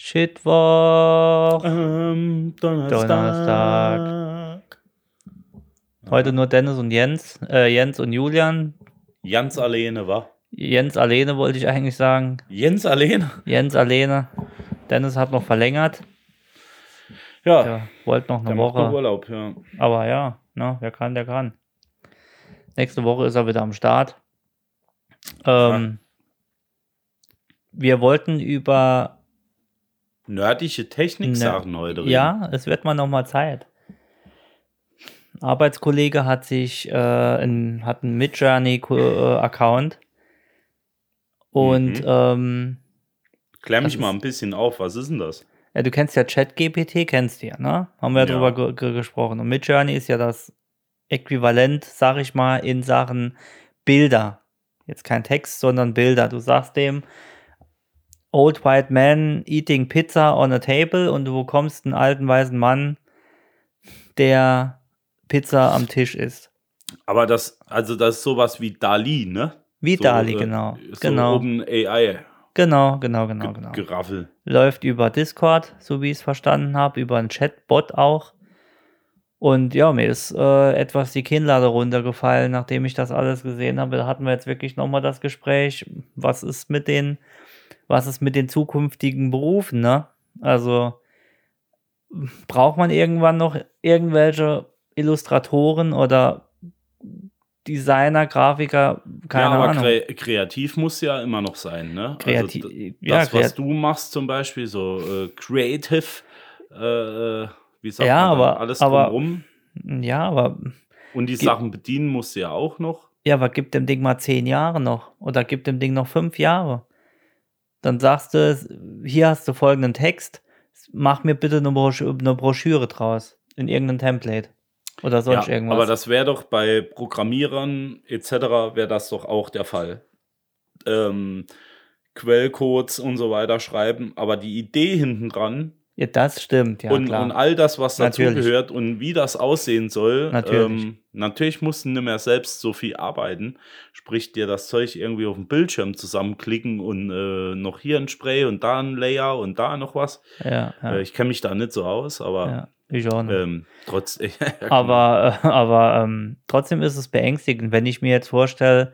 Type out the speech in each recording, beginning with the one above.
Shitwoch. Donnerstag. Heute nur Dennis und Jens. Jens und Julian. Jens alleine, wa? Jens alleine wollte ich eigentlich sagen. Jens alleine? Jens alleine. Dennis hat noch verlängert. Ja. Der wollte noch eine der Woche. Macht noch Urlaub, ja. Aber ja, ne, wer kann, der kann. Nächste Woche ist er wieder am Start. Wir wollten über nerdische Technik-Sachen heute reden. Ja, es wird mal nochmal Zeit. Ein Arbeitskollege hat einen Midjourney-Account und klär mich mal ein bisschen auf, was ist denn das? Ja, du kennst ja ChatGPT, kennst du ja, ne? Haben wir ja drüber gesprochen. Und Midjourney ist ja das Äquivalent, sag ich mal, in Sachen Bilder. Jetzt kein Text, sondern Bilder. Du sagst dem Old White Man eating pizza on a table und du bekommst einen alten weißen Mann, der Pizza am Tisch isst. Aber das ist sowas wie DALL-E, ne? Wie so, DALL-E, genau. So OpenAI. Genau. Geraffel. Läuft über Discord, so wie ich es verstanden habe, über einen Chatbot auch. Und ja, mir ist etwas die Kinnlade runtergefallen, nachdem ich das alles gesehen habe. Da hatten wir jetzt wirklich nochmal das Gespräch, was ist mit den zukünftigen Berufen, ne? Also braucht man irgendwann noch irgendwelche Illustratoren oder Designer, Grafiker, keine Ahnung. Aber kreativ muss ja immer noch sein, ne? Kreativ, was du machst zum Beispiel, so creative, wie sagt man da? Alles drumherum. Ja, aber und die Sachen bedienen musst du ja auch noch. Ja, aber gib dem Ding mal 10 Jahre noch oder gib dem Ding noch 5 Jahre. Dann sagst du, hier hast du folgenden Text, mach mir bitte eine Broschüre draus in irgendeinem Template oder sonst irgendwas. Aber das wäre doch bei Programmierern etc. wäre das doch auch der Fall. Quellcodes und so weiter schreiben, aber die Idee hinten dran. Ja, das stimmt, ja, klar. Und all das, was dazu gehört und wie das aussehen soll. Natürlich musst du nicht mehr selbst so viel arbeiten. Sprich, dir das Zeug irgendwie auf dem Bildschirm zusammenklicken und noch hier ein Spray und da ein Layer und da noch was. Ja. Ich kenne mich da nicht so aus, aber ja, ich auch nicht. Trotzdem. aber trotzdem ist es beängstigend, wenn ich mir jetzt vorstelle,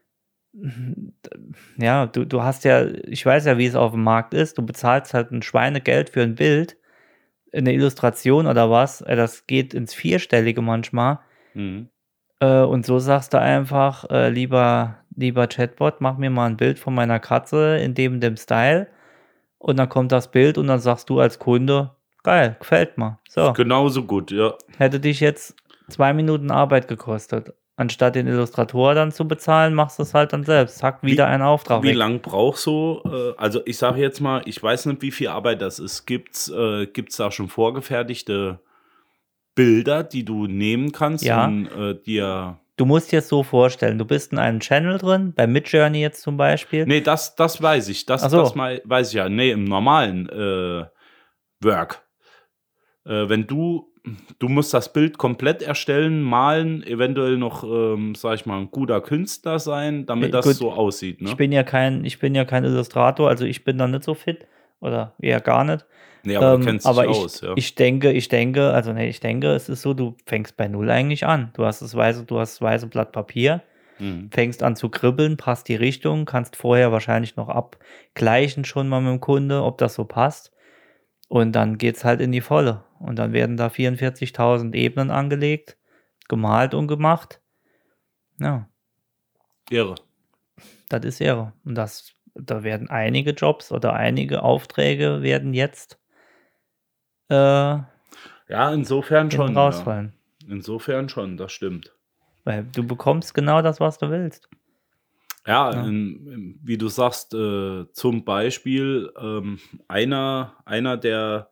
ja, du hast ja, ich weiß ja, wie es auf dem Markt ist, du bezahlst halt ein Schweinegeld für ein Bild, eine Illustration oder was, das geht ins Vierstellige manchmal. Und so sagst du einfach, lieber Chatbot, mach mir mal ein Bild von meiner Katze in dem Style und dann kommt das Bild und dann sagst du als Kunde, geil, gefällt mir. So. Genauso gut, ja. Hätte dich jetzt 2 Minuten Arbeit gekostet. Anstatt den Illustrator dann zu bezahlen, machst du es halt dann selbst. Zack, wieder einen Auftrag weg. Wie lang brauchst du? Also ich sage jetzt mal, ich weiß nicht, wie viel Arbeit das ist. Gibt's da schon vorgefertigte Bilder, die du nehmen kannst und dir... Du musst dir es so vorstellen, du bist in einem Channel drin, bei Midjourney jetzt zum Beispiel. Nee, das weiß ich. Das weiß ich ja. Nee, im normalen Work. Wenn du musst das Bild komplett erstellen, malen, eventuell noch, sag ich mal, ein guter Künstler sein, damit das so aussieht. Ne? Ich bin ja kein Illustrator, also ich bin da nicht so fit oder eher gar nicht. Nee, aber du kennst dich aus, ja. Ich denke, es ist so, du fängst bei Null eigentlich an. Du hast das weiße Blatt Papier, fängst an zu kribbeln, passt die Richtung, kannst vorher wahrscheinlich noch abgleichen schon mal mit dem Kunde, ob das so passt. Und dann geht's halt in die Volle. Und dann werden da 44.000 Ebenen angelegt, gemalt und gemacht. Ja. Irre. Das ist irre. Und da werden einige Jobs oder einige Aufträge werden jetzt insofern schon. Rausfallen. Ja. Insofern schon, das stimmt. Weil du bekommst genau das, was du willst. Ja. Wie du sagst, zum Beispiel einer der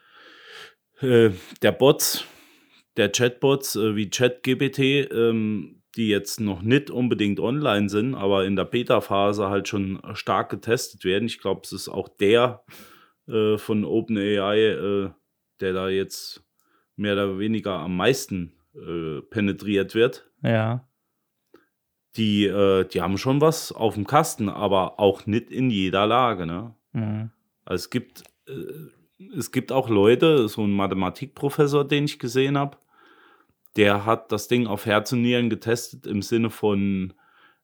Bots, der Chatbots wie ChatGPT, die jetzt noch nicht unbedingt online sind, aber in der Beta-Phase halt schon stark getestet werden. Ich glaube, es ist auch der von OpenAI, der da jetzt mehr oder weniger am meisten penetriert wird. Ja. Die haben schon was auf dem Kasten, aber auch nicht in jeder Lage, ne? Mhm. Also es gibt es gibt auch Leute, so ein Mathematikprofessor, den ich gesehen habe, der hat das Ding auf Herz und Nieren getestet im Sinne von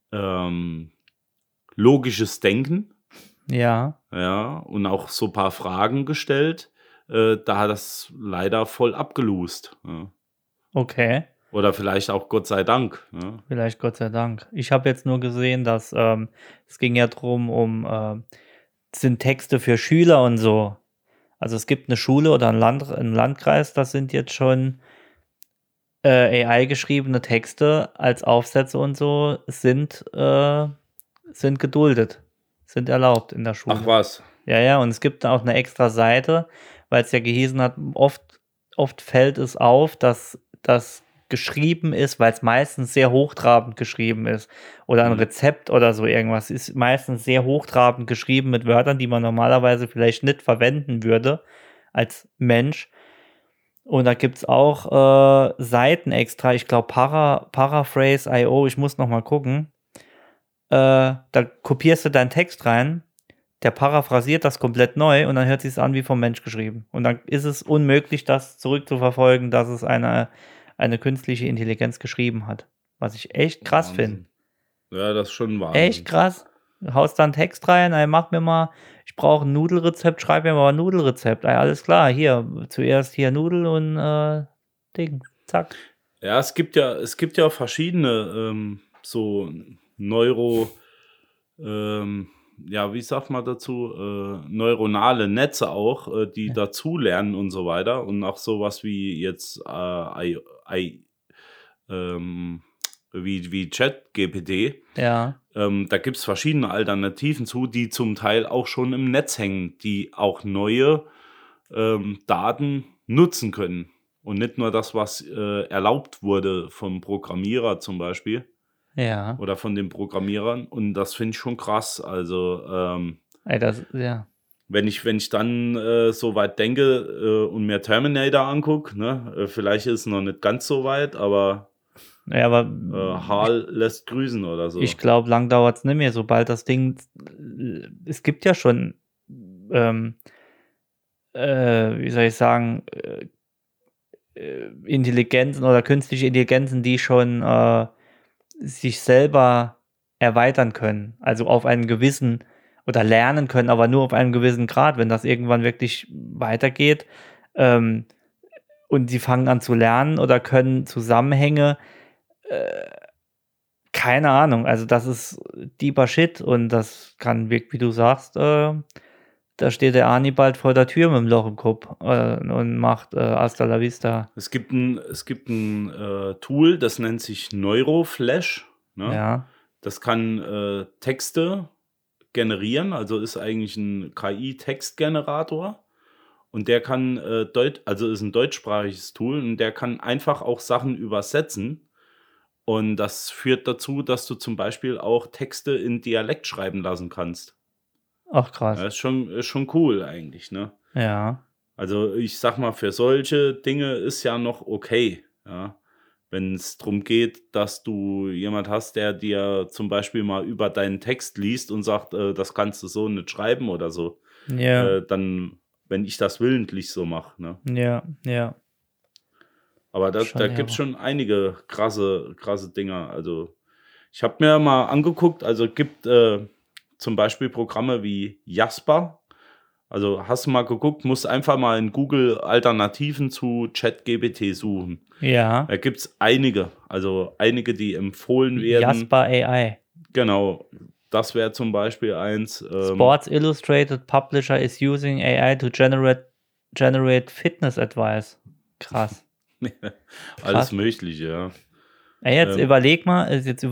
logisches Denken. Ja. Ja, und auch so ein paar Fragen gestellt. Da hat das leider voll abgelust. Ja. Okay. Oder vielleicht auch Gott sei Dank. Ja. Vielleicht Gott sei Dank. Ich habe jetzt nur gesehen, dass es ging ja drum, sind Texte für Schüler und so. Also es gibt eine Schule oder ein Landkreis, das sind jetzt schon AI-geschriebene Texte als Aufsätze und so sind geduldet, sind erlaubt in der Schule. Ach was. Ja, und es gibt auch eine extra Seite, weil es ja gehießen hat, oft fällt es auf, dass das geschrieben ist, weil es meistens sehr hochtrabend geschrieben ist. Oder ein Rezept oder so irgendwas ist meistens sehr hochtrabend geschrieben mit Wörtern, die man normalerweise vielleicht nicht verwenden würde als Mensch. Und da gibt es auch Seiten extra, ich glaube Paraphrase.io, ich muss noch mal gucken. Da kopierst du deinen Text rein, der paraphrasiert das komplett neu und dann hört sich es an wie vom Mensch geschrieben. Und dann ist es unmöglich, das zurückzuverfolgen, dass es eine künstliche Intelligenz geschrieben hat. Was ich echt krass finde. Ja, das ist schon Wahnsinn. Echt krass. Haust da einen Text rein, ey, mach mir mal, ich brauche ein Nudelrezept, schreib mir mal ein Nudelrezept. Ey, alles klar, hier, zuerst hier Nudel und Ding, zack. Ja, es gibt ja verschiedene so wie sagt man dazu, neuronale Netze auch, die dazu lernen und so weiter. Und auch sowas wie jetzt wie ChatGPT. Ja. Da gibt es verschiedene Alternativen zu, die zum Teil auch schon im Netz hängen, die auch neue Daten nutzen können. Und nicht nur das, was erlaubt wurde vom Programmierer zum Beispiel. Ja. Oder von den Programmierern. Und das finde ich schon krass. Also, wenn ich dann so weit denke und mir Terminator angucke, ne, vielleicht ist es noch nicht ganz so weit, aber Hal lässt grüßen oder so. Ich glaube, lang dauert es nicht mehr, sobald das Ding, es gibt ja schon, wie soll ich sagen, Intelligenzen oder künstliche Intelligenzen, die schon sich selber erweitern können, also auf einen gewissen oder lernen können, aber nur auf einem gewissen Grad, wenn das irgendwann wirklich weitergeht und sie fangen an zu lernen oder können Zusammenhänge, keine Ahnung, also das ist deeper Shit und das kann wirklich, wie du sagst, da steht der Arnie bald vor der Tür mit dem Loch im Kopf und macht Hasta la Vista. Es gibt ein Tool, das nennt sich Neuroflash. Ne? Ja. Das kann Texte generieren, also ist eigentlich ein KI-Textgenerator. Und der kann also ist ein deutschsprachiges Tool und der kann einfach auch Sachen übersetzen. Und das führt dazu, dass du zum Beispiel auch Texte in Dialekt schreiben lassen kannst. Ach krass. Das ist schon cool eigentlich, ne? Ja. Also ich sag mal, für solche Dinge ist ja noch okay, ja. Wenn es darum geht, dass du jemand hast, der dir zum Beispiel mal über deinen Text liest und sagt, das kannst du so nicht schreiben oder so. Ja. Dann, wenn ich das willentlich so mache, ne? Ja. Aber da gibt es schon einige krasse Dinger. Also ich habe mir mal angeguckt, also gibt zum Beispiel Programme wie Jasper. Also hast du mal geguckt, musst einfach mal in Google Alternativen zu ChatGPT suchen. Ja. Da gibt es einige, die empfohlen werden. Jasper AI. Genau, das wäre zum Beispiel eins. Sports Illustrated Publisher is using AI to generate Fitness Advice. Krass. Alles Mögliche, ja. Jetzt überleg mal,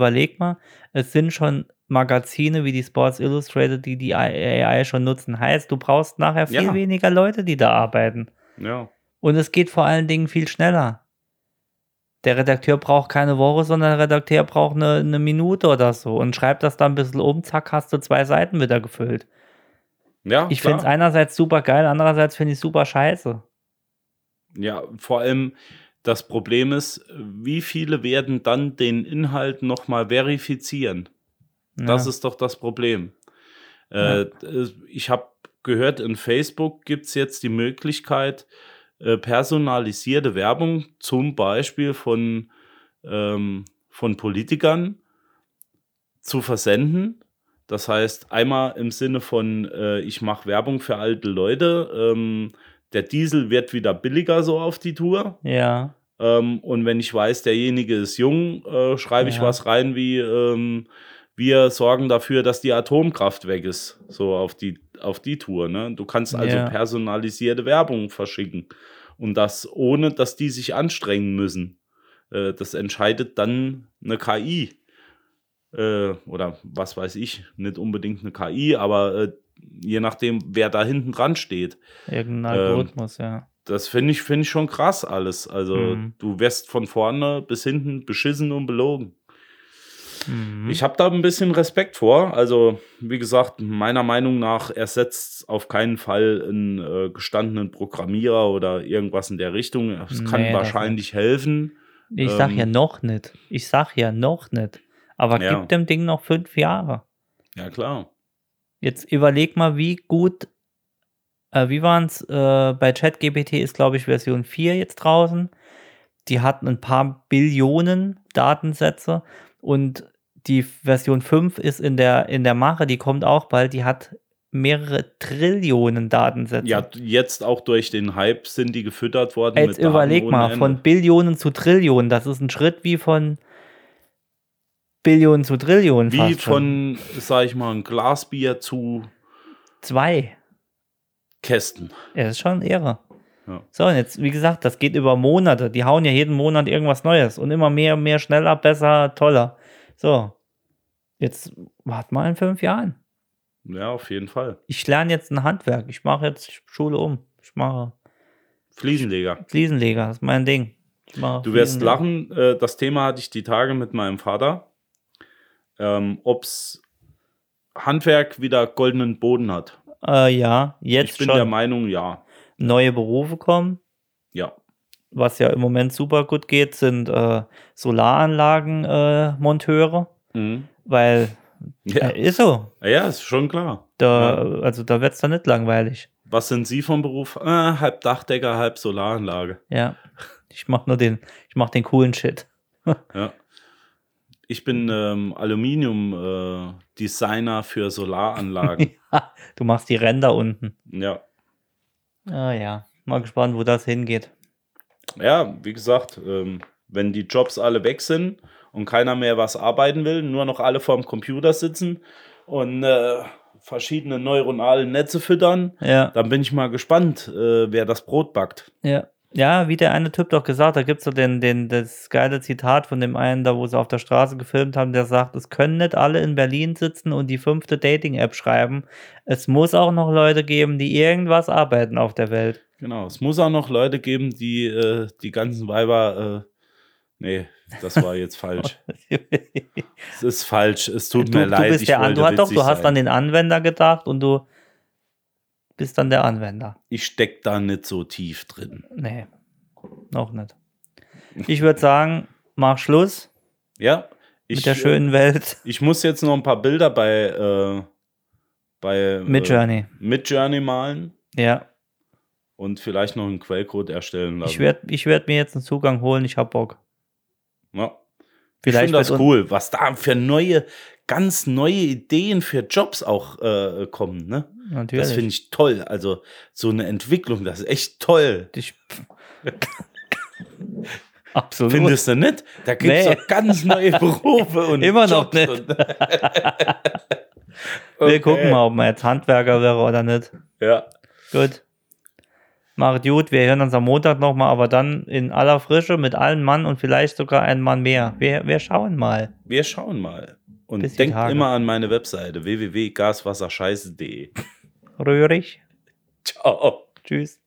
es sind schon Magazine wie die Sports Illustrated, die AI schon nutzen. Heißt, du brauchst nachher viel weniger Leute, die da arbeiten. Ja. Und es geht vor allen Dingen viel schneller. Der Redakteur braucht keine Woche, sondern der Redakteur braucht eine Minute oder so und schreibt das dann ein bisschen um, zack, hast du 2 Seiten wieder gefüllt. Ja, ich finde es einerseits super geil, andererseits finde ich es super scheiße. Ja, vor allem das Problem ist, wie viele werden dann den Inhalt nochmal verifizieren? Ja. Das ist doch das Problem. Ich habe gehört, in Facebook gibt es jetzt die Möglichkeit, personalisierte Werbung, zum Beispiel von Politikern, zu versenden. Das heißt, einmal im Sinne von, ich mache Werbung für alte Leute, der Diesel wird wieder billiger so auf die Tour. Ja. Und wenn ich weiß, derjenige ist jung, schreibe ich Ja. was rein wie, wir sorgen dafür, dass die Atomkraft weg ist, so auf die Tour. Ne? Du kannst also Ja. personalisierte Werbung verschicken. Und das ohne, dass die sich anstrengen müssen. Das entscheidet dann eine KI. Oder was weiß ich, nicht unbedingt eine KI, aber je nachdem, wer da hinten dran steht. Irgendein Algorithmus, ja. Das finde ich schon krass alles. Also du wirst von vorne bis hinten beschissen und belogen. Ich habe da ein bisschen Respekt vor. Also wie gesagt, meiner Meinung nach ersetzt auf keinen Fall einen gestandenen Programmierer oder irgendwas in der Richtung. Es kann Nee, das wahrscheinlich helfen. Ich sag ja noch nicht. Aber Ja. gib dem Ding noch 5 Jahre. Ja, klar. Jetzt überleg mal, wie gut, wie waren es, bei ChatGPT ist, glaube ich, Version 4 jetzt draußen. Die hatten ein paar Billionen Datensätze und die Version 5 ist in der Mache, die kommt auch bald, die hat mehrere Trillionen Datensätze. Ja, jetzt auch durch den Hype sind die gefüttert worden. Jetzt mit überleg Daten mal, ohne von Ende. Billionen zu Trillionen, das ist ein Schritt wie von Billionen zu Trillionen Wie fast schon. von, sag ich mal, ein Glasbier zu 2. Kästen. Ja, das ist schon irre. Ja. So, und jetzt, wie gesagt, das geht über Monate. Die hauen ja jeden Monat irgendwas Neues und immer mehr, schneller, besser, toller. So, jetzt wart mal in 5 Jahren. Ja, auf jeden Fall. Ich lerne jetzt ein Handwerk. Ich mache jetzt Schule um. Ich mache Fliesenleger. Fliesenleger, das ist mein Ding. Du wirst lachen, das Thema hatte ich die Tage mit meinem Vater. Ob's Handwerk wieder goldenen Boden hat. Ja, jetzt Ich bin schon der Meinung, ja. neue Berufe kommen. Ja. Was ja im Moment super gut geht, sind Solaranlagen-Monteure. Weil, Ja. ist so. Ja, ist schon klar. Also da wird es dann nicht langweilig. Was sind Sie vom Beruf? Halb Dachdecker, halb Solaranlage. Ja. Ich mach den coolen Shit. Ja. Ich bin Aluminium-Designer für Solaranlagen. Du machst die Ränder unten. Ja. Ah ja. Mal gespannt, wo das hingeht. Ja, wie gesagt, wenn die Jobs alle weg sind und keiner mehr was arbeiten will, nur noch alle vorm Computer sitzen und verschiedene neuronale Netze füttern, Ja. dann bin ich mal gespannt, wer das Brot backt. Ja. Ja, wie der eine Typ doch gesagt, da gibt es so das geile Zitat von dem einen, da wo sie auf der Straße gefilmt haben, der sagt, es können nicht alle in Berlin sitzen und die 5. Dating-App schreiben. Es muss auch noch Leute geben, die irgendwas arbeiten auf der Welt. Genau, es muss auch noch Leute geben, die die ganzen Weiber, nee, das war jetzt falsch. Es ist falsch, es tut mir leid. Du hast an den Anwender gedacht und du bist dann der Anwender. Ich steck da nicht so tief drin. Nee, noch nicht. Ich würde sagen, mach Schluss Ja, mit der schönen Welt. Ich muss jetzt noch ein paar Bilder bei Midjourney malen. Ja. Und vielleicht noch einen Quellcode erstellen lassen. Ich werd mir jetzt einen Zugang holen, ich hab Bock. Ja. Vielleicht ich finde das cool, was da für ganz neue Ideen für Jobs auch kommen, ne? Natürlich. Das finde ich toll. Also so eine Entwicklung, das ist echt toll. Absolut. Findest du nicht? Da gibt es doch ganz neue Berufe und immer noch Jobs nicht. Wir gucken mal, ob man jetzt Handwerker wäre oder nicht. Ja. Gut. Macht gut, wir hören uns am Montag nochmal, aber dann in aller Frische mit allen Mann und vielleicht sogar einen Mann mehr. Wir schauen mal. Wir schauen mal. Und Bis die denkt Tage. immer an meine Webseite www.gaswasserscheiße.de. Rührig. Ciao. Tschüss.